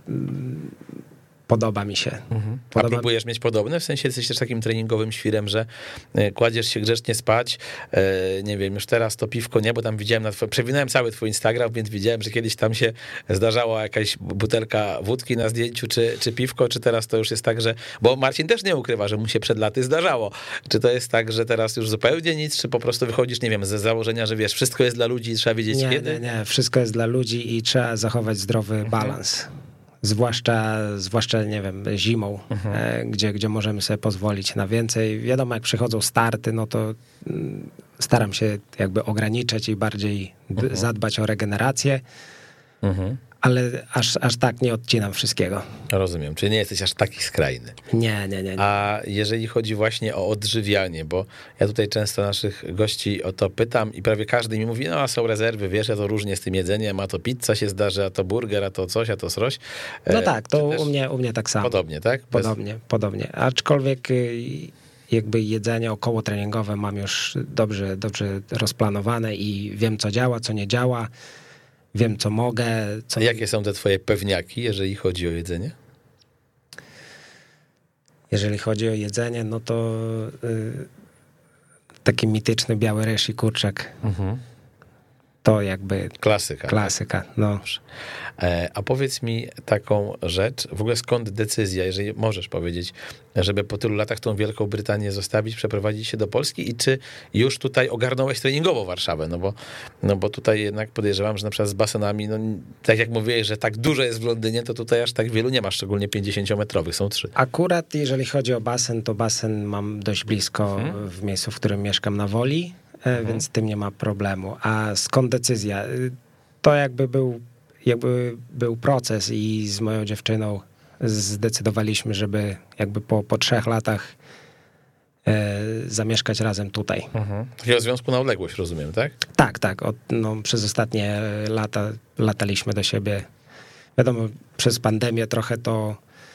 podoba mi się. A próbujesz mieć podobne? W sensie jesteś też takim treningowym świrem, że kładziesz się grzecznie spać, nie wiem, już teraz to piwko nie, bo tam widziałem, przewinąłem cały twój Instagram, więc widziałem, że kiedyś tam się zdarzała jakaś butelka wódki na zdjęciu, czy piwko, czy teraz to już jest tak, że, bo Marcin też nie ukrywa, że mu się przed laty zdarzało. Czy to jest tak, że teraz już zupełnie nic, czy po prostu wychodzisz, nie wiem, ze założenia, że wiesz, wszystko jest dla ludzi i trzeba wiedzieć kiedy? Nie, wszystko jest dla ludzi i trzeba zachować zdrowy balans. Zwłaszcza, nie wiem, zimą, gdzie możemy sobie pozwolić na więcej. Wiadomo, jak przychodzą starty, no to staram się jakby ograniczać i bardziej zadbać o regenerację, ale aż tak nie odcinam wszystkiego. Rozumiem, czyli nie jesteś aż taki skrajny. Nie. A jeżeli chodzi właśnie o odżywianie, bo ja tutaj często naszych gości o to pytam i prawie każdy mi mówi, no a są rezerwy, wiesz, ja to różnie z tym jedzeniem, a to pizza się zdarzy, a to burger, a to coś, a to sroś. No tak, to u mnie tak samo. Podobnie, tak? Podobnie. Aczkolwiek jakby jedzenie okołotreningowe mam już dobrze rozplanowane i wiem, co działa, co nie działa. Wiem, co mogę. Jakie są te twoje pewniaki, jeżeli chodzi o jedzenie? Jeżeli chodzi o jedzenie, no to taki mityczny biały ryż i kurczak. to jakby klasyka. No. A powiedz mi taką rzecz, w ogóle skąd decyzja, jeżeli możesz powiedzieć, żeby po tylu latach tą Wielką Brytanię zostawić, przeprowadzić się do Polski i czy już tutaj ogarnąłeś treningowo Warszawę, no bo tutaj jednak podejrzewam, że na przykład z basenami, no tak jak mówiłeś, że tak dużo jest w Londynie, to tutaj aż tak wielu nie ma, szczególnie 50-metrowych, są 3. Akurat jeżeli chodzi o basen, to basen mam dość blisko w miejscu, w którym mieszkam na Woli, więc z tym nie ma problemu. A skąd decyzja? To jakby był proces i z moją dziewczyną zdecydowaliśmy, żeby jakby po 3 latach zamieszkać razem tutaj. Takiego związku na odległość, rozumiem, tak? Tak. Przez ostatnie lata lataliśmy do siebie. Wiadomo, przez pandemię trochę to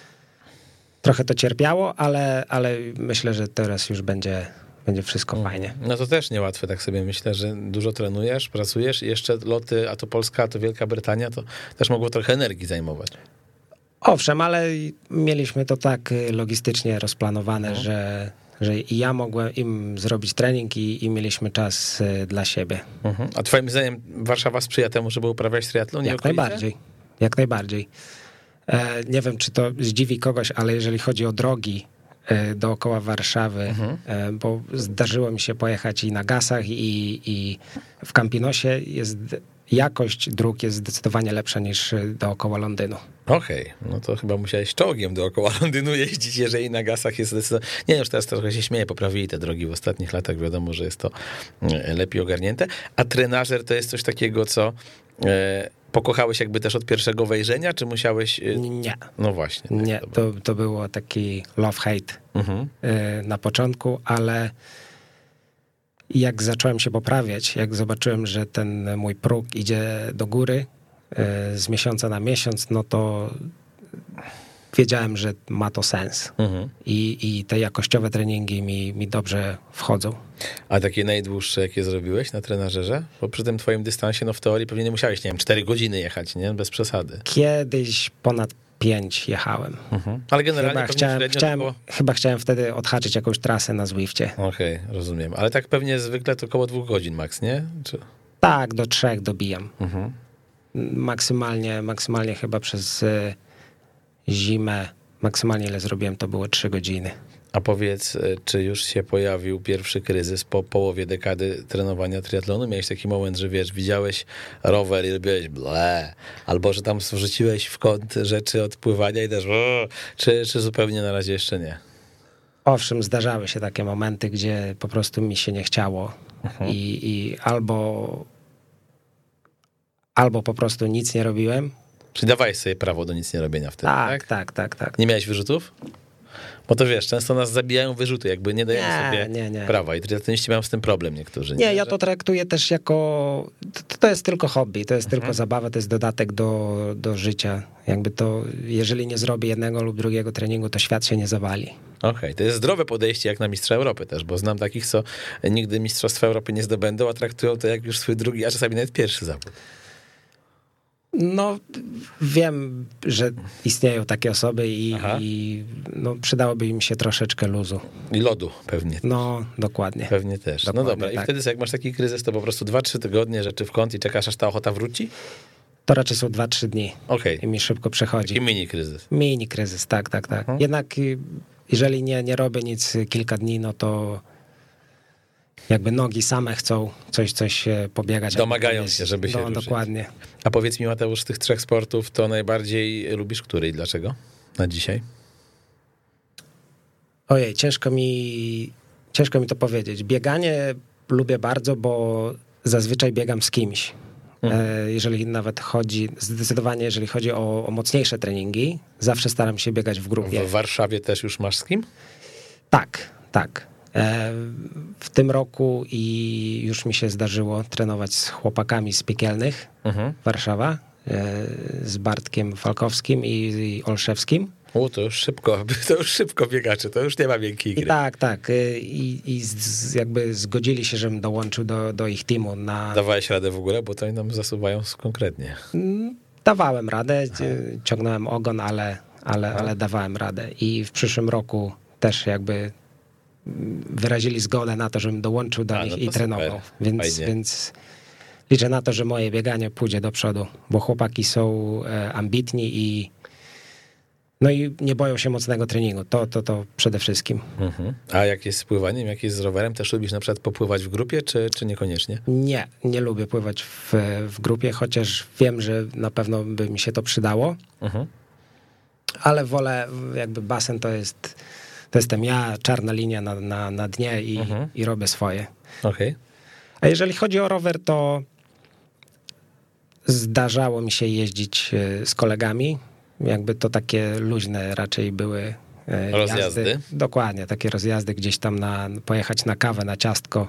cierpiało, ale myślę, że teraz już będzie wszystko fajnie. No to też niełatwe, tak sobie myślę, że dużo trenujesz, pracujesz i jeszcze loty, a to Polska, a to Wielka Brytania, to też mogło trochę energii zajmować. Owszem, ale mieliśmy to tak logistycznie rozplanowane, że i ja mogłem im zrobić trening i mieliśmy czas dla siebie. A twoim zdaniem Warszawa sprzyja temu, żeby uprawiać triatlon? Jak najbardziej. Nie wiem, czy to zdziwi kogoś, ale jeżeli chodzi o drogi dookoła Warszawy, bo zdarzyło mi się pojechać i na Gasach, i w Campinosie, jakość dróg jest zdecydowanie lepsza niż dookoła Londynu. Okej, no to chyba musiałeś czołgiem dookoła Londynu jeździć, jeżeli na Gasach jest zdecydowanie... Nie, już teraz trochę się śmieję, poprawili te drogi w ostatnich latach, wiadomo, że jest to lepiej ogarnięte. A trenażer to jest coś takiego, co... Pokochałeś jakby też od pierwszego wejrzenia, czy musiałeś... Nie. No właśnie. Nie, to było taki love-hate na początku, ale jak zacząłem się poprawiać, jak zobaczyłem, że ten mój próg idzie do góry z miesiąca na miesiąc, no to wiedziałem, że ma to sens. I te jakościowe treningi mi dobrze wchodzą. A takie najdłuższe, jakie zrobiłeś na trenażerze? Bo przy tym twoim dystansie, no w teorii pewnie nie musiałeś, nie wiem, 4 godziny jechać, nie? Bez przesady. Kiedyś ponad 5 jechałem. Ale generalnie chyba chciałem wtedy odhaczyć jakąś trasę na Zwifcie. Okej, rozumiem. Ale tak pewnie zwykle to około 2 godzin max, nie? Czy... Tak, do 3 dobijam. Maksymalnie chyba przez zimę, maksymalnie ile zrobiłem, to było 3 godziny. A powiedz, czy już się pojawił pierwszy kryzys po połowie dekady trenowania triatlonu? Miałeś taki moment, że wiesz, widziałeś rower i robiłeś ble, albo że tam wrzuciłeś w kąt rzeczy od pływania i też czy zupełnie na razie jeszcze nie? Owszem, zdarzały się takie momenty, gdzie po prostu mi się nie chciało i albo po prostu nic nie robiłem. Czyli dawałeś sobie prawo do nic nie robienia wtedy, tak? Nie miałeś wyrzutów? Bo to wiesz, często nas zabijają wyrzuty, jakby nie dajemy sobie prawa i triatloniści mają z tym problem niektórzy. Nie, ja to traktuję też jako, to jest tylko hobby, to jest tylko zabawa, to jest dodatek do życia. Jakby to, jeżeli nie zrobię jednego lub drugiego treningu, to świat się nie zawali. Okej, to jest zdrowe podejście jak na Mistrza Europy też, bo znam takich, co nigdy Mistrzostwa Europy nie zdobędą, a traktują to jak już swój drugi, a czasami nawet pierwszy zawód. No, wiem, że istnieją takie osoby i no, przydałoby im się troszeczkę luzu. I lodu pewnie. No, dokładnie. Pewnie też. Dokładnie, no dobra, tak. I wtedy jak masz taki kryzys, to po prostu 2-3 tygodnie rzeczy w kąt i czekasz, aż ta ochota wróci? To raczej są 2-3 dni. Okej. I mi szybko przechodzi. Taki mini kryzys. Mini kryzys, tak. Jednak jeżeli nie robię nic kilka dni, no to jakby nogi same chcą coś pobiegać. Domagają się, żeby się ruszyć. Dokładnie. A powiedz mi, Mateusz, z tych 3 sportów to najbardziej lubisz który i dlaczego na dzisiaj? Ojej, ciężko mi to powiedzieć. Bieganie lubię bardzo, bo zazwyczaj biegam z kimś. Jeżeli nawet zdecydowanie jeżeli chodzi o mocniejsze treningi, zawsze staram się biegać w grupie. W Warszawie też już masz z kim? Tak. W tym roku i już mi się zdarzyło trenować z chłopakami z Piekielnych, Warszawa, z Bartkiem Falkowskim i Olszewskim. To już szybko biegacze, to już nie ma miękkiej gry. I tak. Jakby zgodzili się, żebym dołączył do ich teamu. Dawałeś radę w ogóle, bo to nam zasuwają konkretnie. Dawałem radę, ciągnąłem ogon, ale dawałem radę. I w przyszłym roku też jakby wyrazili zgodę na to, żebym dołączył do nich i trenował. Więc liczę na to, że moje bieganie pójdzie do przodu, bo chłopaki są ambitni i nie boją się mocnego treningu. To przede wszystkim. A jak jest z pływaniem, jak jest z rowerem, też lubisz na przykład popływać w grupie, czy niekoniecznie? Nie lubię pływać w grupie, chociaż wiem, że na pewno by mi się to przydało. Ale wolę, jakby basen to jestem ja, czarna linia na dnie i robię swoje. Okay. A jeżeli chodzi o rower, to zdarzało mi się jeździć z kolegami. Jakby to takie luźne raczej były rozjazdy. Jazdy. Dokładnie, takie rozjazdy gdzieś tam pojechać na kawę, na ciastko.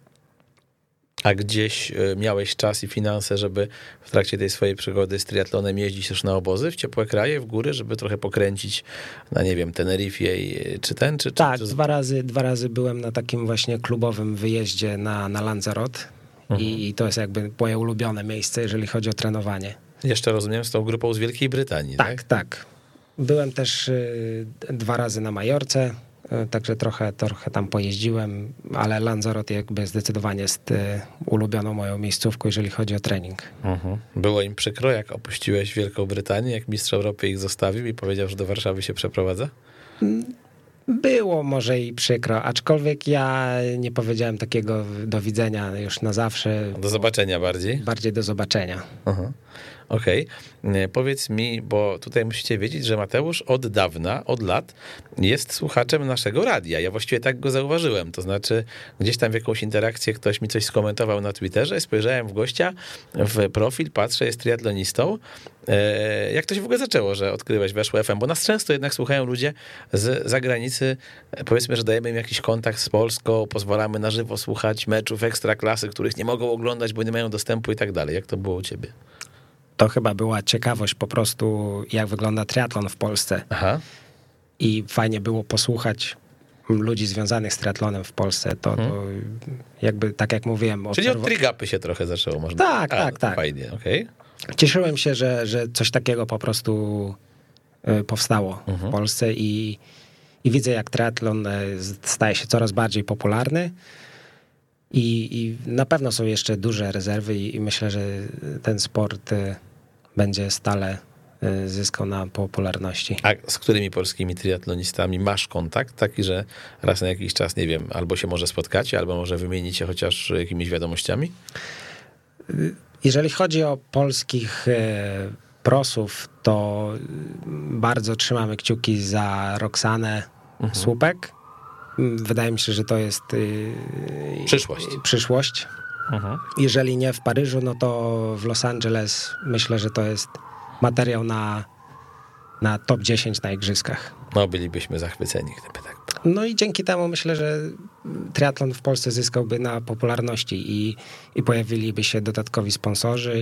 A gdzieś miałeś czas i finanse, żeby w trakcie tej swojej przygody z triatlonem jeździć też na obozy w ciepłe kraje, w góry, żeby trochę pokręcić na, nie wiem, Teneryfie czy tak, dwa razy byłem na takim właśnie klubowym wyjeździe na Lanzarote i to jest jakby moje ulubione miejsce, jeżeli chodzi o trenowanie. Jeszcze rozumiem, z tą grupą z Wielkiej Brytanii, tak? Tak. Byłem też 2 razy na Majorce, także trochę tam pojeździłem, ale Lanzarote jakby zdecydowanie jest ulubioną moją miejscówką, jeżeli chodzi o trening. Było im przykro, jak opuściłeś Wielką Brytanię, jak mistrz Europy ich zostawił i powiedział, że do Warszawy się przeprowadza? Było może i przykro, aczkolwiek ja nie powiedziałem takiego do widzenia już na zawsze. Do zobaczenia bardziej? Bardziej do zobaczenia. Okej. Powiedz mi, bo tutaj musicie wiedzieć, że Mateusz od dawna, od lat jest słuchaczem naszego radia. Ja właściwie tak go zauważyłem. To znaczy gdzieś tam w jakąś interakcję ktoś mi coś skomentował na Twitterze, spojrzałem w gościa, w profil, patrzę, jest triatlonistą. Jak to się w ogóle zaczęło, że odkryłeś Weszło FM? Bo nas często jednak słuchają ludzie z zagranicy. Powiedzmy, że dajemy im jakiś kontakt z Polską, pozwalamy na żywo słuchać meczów Ekstraklasy, których nie mogą oglądać, bo nie mają dostępu i tak dalej. Jak to było u ciebie? To chyba była ciekawość po prostu, jak wygląda triatlon w Polsce. I fajnie było posłuchać ludzi związanych z triatlonem w Polsce. To jakby, tak jak mówiłem... Czyli od Trigapy się trochę zaczęło, można. Tak. Fajnie, okej. Cieszyłem się, że coś takiego po prostu powstało w Polsce i widzę, jak triatlon staje się coraz bardziej popularny. I na pewno są jeszcze duże rezerwy i myślę, że ten sport będzie stale zyskał na popularności. A z którymi polskimi triatlonistami masz kontakt taki, że raz na jakiś czas, nie wiem, albo się może spotkacie, albo może wymienicie chociaż jakimiś wiadomościami? Jeżeli chodzi o polskich prosów, to bardzo trzymamy kciuki za Roxanę Słupek. Wydaje mi się, że to jest przyszłość. Jeżeli nie w Paryżu, no to w Los Angeles myślę, że to jest materiał na top 10 na igrzyskach. No, bylibyśmy zachwyceni, gdyby tak było. No i dzięki temu myślę, że triatlon w Polsce zyskałby na popularności i pojawiliby się dodatkowi sponsorzy,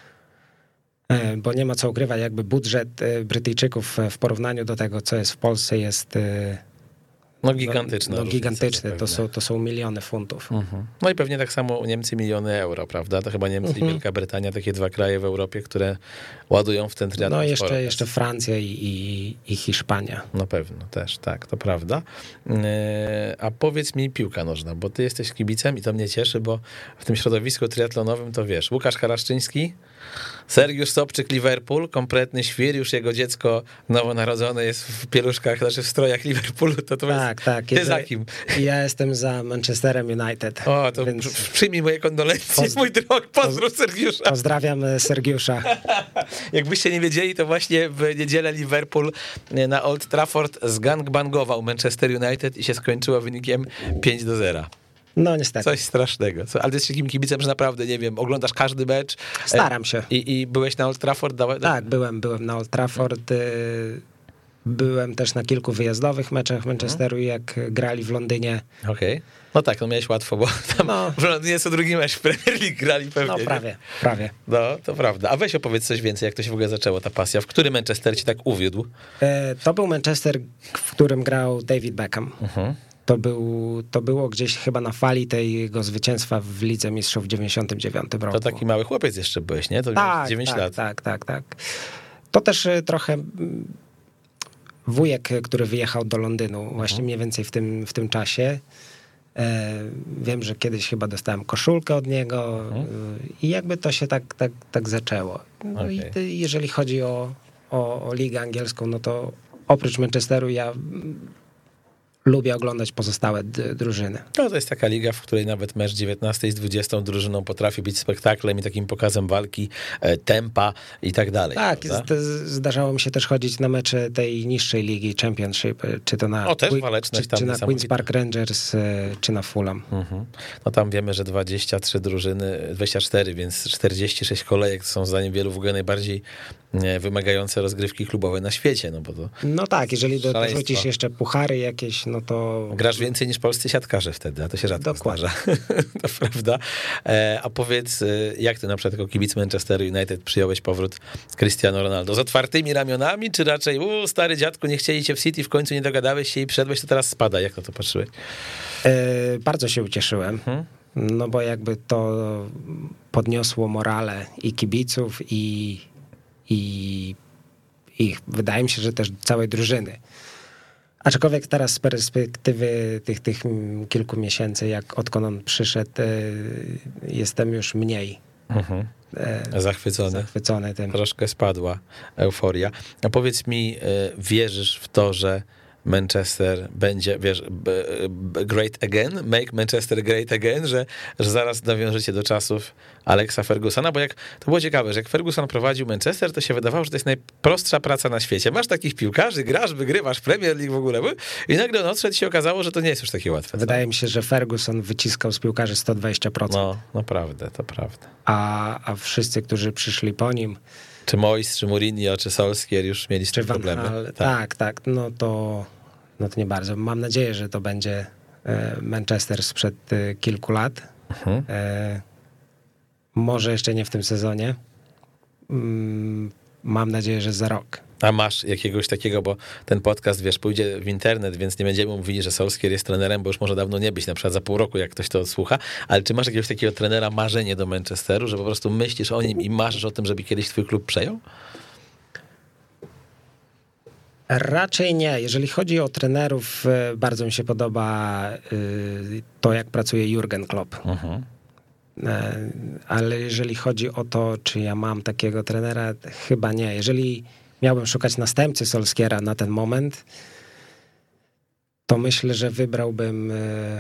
bo nie ma co ukrywać, jakby budżet Brytyjczyków w porównaniu do tego, co jest w Polsce, jest... gigantyczne. Gigantyczne, to są miliony funtów. No i pewnie tak samo Niemcy miliony euro, prawda? To chyba Niemcy i Wielka Brytania, takie 2 kraje w Europie, które ładują w ten triatlon. No jeszcze Francja i Hiszpania. Na pewno też, tak, to prawda. A powiedz mi, piłka nożna, bo ty jesteś kibicem i to mnie cieszy, bo w tym środowisku triatlonowym to wiesz, Łukasz Karaszczyński, Sergiusz Sobczyk, Liverpool, kompletny świr, już jego dziecko nowonarodzone jest w pieluszkach, znaczy w strojach Liverpoolu, to tak. Ty za kim? Ja jestem za Manchesterem United. O, to więc... przyjmij moje kondolencje, mój drogi, pozdrów Sergiusza. Pozdrawiam Sergiusza. Jakbyście nie wiedzieli, to właśnie w niedzielę Liverpool na Old Trafford zgangbangował Manchester United i się skończyło wynikiem 5-0. No niestety. Coś strasznego. Ale ty jesteś takim kibicem, że naprawdę, nie wiem, oglądasz każdy mecz. Staram się. I byłeś na Old Trafford? Tak, byłem na Old Trafford. Byłem też na kilku wyjazdowych meczach Manchesteru, jak grali w Londynie. Okej. No tak, no miałeś łatwo, bo tam w Londynie co drugi mecz w Premier League grali pewnie. No prawie. No, to prawda. A weź opowiedz coś więcej, jak to się w ogóle zaczęło, ta pasja. W który Manchester ci tak uwiódł? To był Manchester, w którym grał David Beckham. To było gdzieś chyba na fali tego zwycięstwa w Lidze Mistrzów w 99 roku. To taki mały chłopiec jeszcze byłeś, nie? To miałeś 9 lat. Tak. To też trochę wujek, który wyjechał do Londynu właśnie mniej więcej w tym czasie. Wiem, że kiedyś chyba dostałem koszulkę od niego i jakby to się tak zaczęło. No Okay. i jeżeli chodzi o ligę angielską, no to oprócz Manchesteru ja lubię oglądać pozostałe drużyny. No to jest taka liga, w której nawet mecz 19 z 20 drużyną potrafi być spektaklem i takim pokazem walki, tempa i tak dalej. Tak, zdarzało mi się też chodzić na mecze tej niższej ligi, Championship, czy to na, czy na Queen's Park Rangers, czy na Fulham. No tam wiemy, że 23 drużyny, 24, więc 46 kolejek są zdaniem wielu w ogóle najbardziej wymagające rozgrywki klubowe na świecie. No, bo to no tak, jeżeli dorzucisz jeszcze puchary jakieś, no to... Grasz więcej niż polscy siatkarze wtedy, a to się rzadko zdarza. To prawda. A powiedz, jak ty na przykład jako kibic Manchester United przyjąłeś powrót Cristiano Ronaldo? Z otwartymi ramionami, czy raczej stary dziadku, nie chcieli cię w City, w końcu nie dogadałeś się i przyszedłeś, to teraz spada. Jak na to patrzyłeś? Bardzo się ucieszyłem. No bo jakby to podniosło morale i kibiców i wydaje mi się, że też całej drużyny. Aczkolwiek teraz z perspektywy tych kilku miesięcy, jak odkąd on przyszedł, jestem już mniej zachwycony tym. Troszkę spadła euforia. A powiedz mi, wierzysz w to, że Manchester będzie, wiesz, great again, make Manchester great again, że zaraz nawiążecie do czasów Alexa Fergusona, bo to było ciekawe, że jak Ferguson prowadził Manchester, to się wydawało, że to jest najprostsza praca na świecie. Masz takich piłkarzy, grasz, wygrywasz Premier League w ogóle i nagle on odszedł i się okazało, że to nie jest już takie łatwe. Wydaje mi się, że Ferguson wyciskał z piłkarzy 120%. No, naprawdę, to prawda. A wszyscy, którzy przyszli po nim, czy Moyes, czy Mourinho, czy Solskjaer już mieli z tym problemy. Tak, no to nie bardzo. Mam nadzieję, że to będzie Manchester sprzed kilku lat. Może jeszcze nie w tym sezonie. Mam nadzieję, że za rok. A masz jakiegoś takiego, bo ten podcast, wiesz, pójdzie w internet, więc nie będziemy mówili, że Solskjaer jest trenerem, bo już może dawno nie być, na przykład za pół roku, jak ktoś to odsłucha, ale czy masz jakiegoś takiego trenera marzenie do Manchesteru, że po prostu myślisz o nim i marzysz o tym, żeby kiedyś twój klub przejął? Raczej nie. Jeżeli chodzi o trenerów, bardzo mi się podoba to, jak pracuje Jurgen Klopp. Ale jeżeli chodzi o to, czy ja mam takiego trenera, chyba nie. Jeżeli miałbym szukać następcy Solskjaera na ten moment, to myślę, że wybrałbym...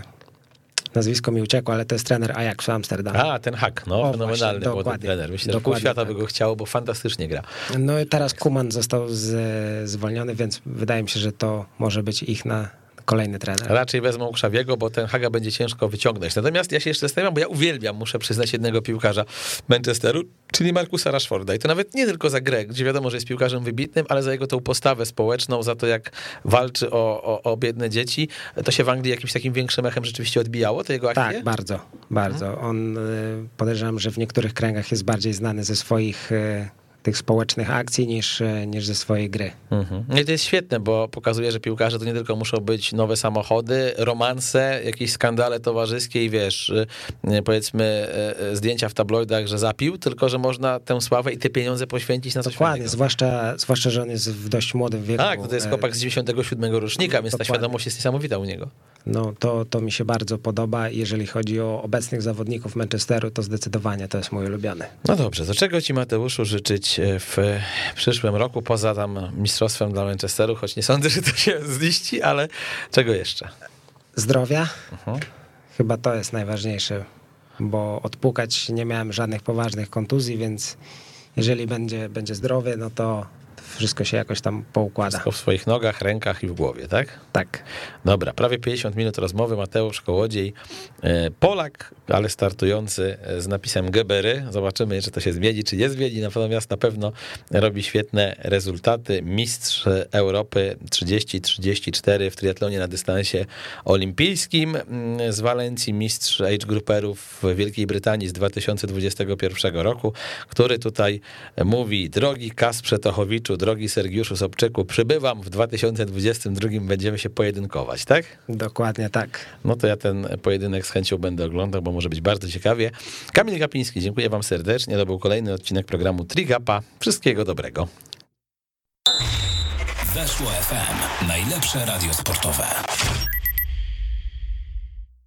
Nazwisko mi uciekło, ale to jest trener Ajaxu Amsterdam. A, ten Hak, no fenomenalny był ten trener. Myślę, że pół świata by go chciało, bo fantastycznie gra. No i teraz Koeman został zwolniony, więc wydaje mi się, że to może być ich kolejny trener. Raczej wezmą Xaviego, bo ten Haga będzie ciężko wyciągnąć. Natomiast ja się jeszcze zastanawiam, bo ja uwielbiam, muszę przyznać, jednego piłkarza Manchesteru, czyli Marcusa Rashforda. I to nawet nie tylko za grę, gdzie wiadomo, że jest piłkarzem wybitnym, ale za jego tą postawę społeczną, za to, jak walczy o biedne dzieci. To się w Anglii jakimś takim większym echem rzeczywiście odbijało, te jego akcje? Tak, bardzo. On, podejrzewam, że w niektórych kręgach jest bardziej znany ze swoich tych społecznych akcji niż ze swojej gry. I to jest świetne, bo pokazuje, że piłkarze to nie tylko muszą być nowe samochody, romanse, jakieś skandale towarzyskie i wiesz, powiedzmy zdjęcia w tabloidach, że zapił, tylko że można tę sławę i te pieniądze poświęcić na coś dokładnie, zwłaszcza, że on jest w dość młodym wieku. Tak, to jest chłopak z 97 rocznika, więc ta świadomość jest niesamowita u niego. No to mi się bardzo podoba. Jeżeli chodzi o obecnych zawodników Manchesteru, to zdecydowanie to jest mój ulubiony. No dobrze, to czego ci, Mateuszu, życzyć w przyszłym roku, poza tam mistrzostwem dla Manchesteru, choć nie sądzę, że to się ziści, ale czego jeszcze? Zdrowia. Chyba to jest najważniejsze, bo odpukać nie miałem żadnych poważnych kontuzji, więc jeżeli będzie zdrowie, no to wszystko się jakoś tam poukłada. Wszystko w swoich nogach, rękach i w głowie, tak? Tak. Dobra, prawie 50 minut rozmowy. Mateusz Kołodziej, Polak, ale startujący z napisem Gebery. Zobaczymy, czy to się zmieni, czy nie zmieni. Natomiast na pewno robi świetne rezultaty. Mistrz Europy 30-34 w triatlonie na dystansie olimpijskim. Z Walencji mistrz age grouperów w Wielkiej Brytanii z 2021 roku, który tutaj mówi: drogi Kasprze Tochowiczu, drogi Sergiuszu Sobczyku, przybywam w 2022, będziemy się pojedynkować, tak? Dokładnie tak. No to ja ten pojedynek z chęcią będę oglądał, bo może być bardzo ciekawie. Kamil Gapiński, dziękuję wam serdecznie. To był kolejny odcinek programu Trigapa. Wszystkiego dobrego. Weszło FM. Najlepsze radio sportowe.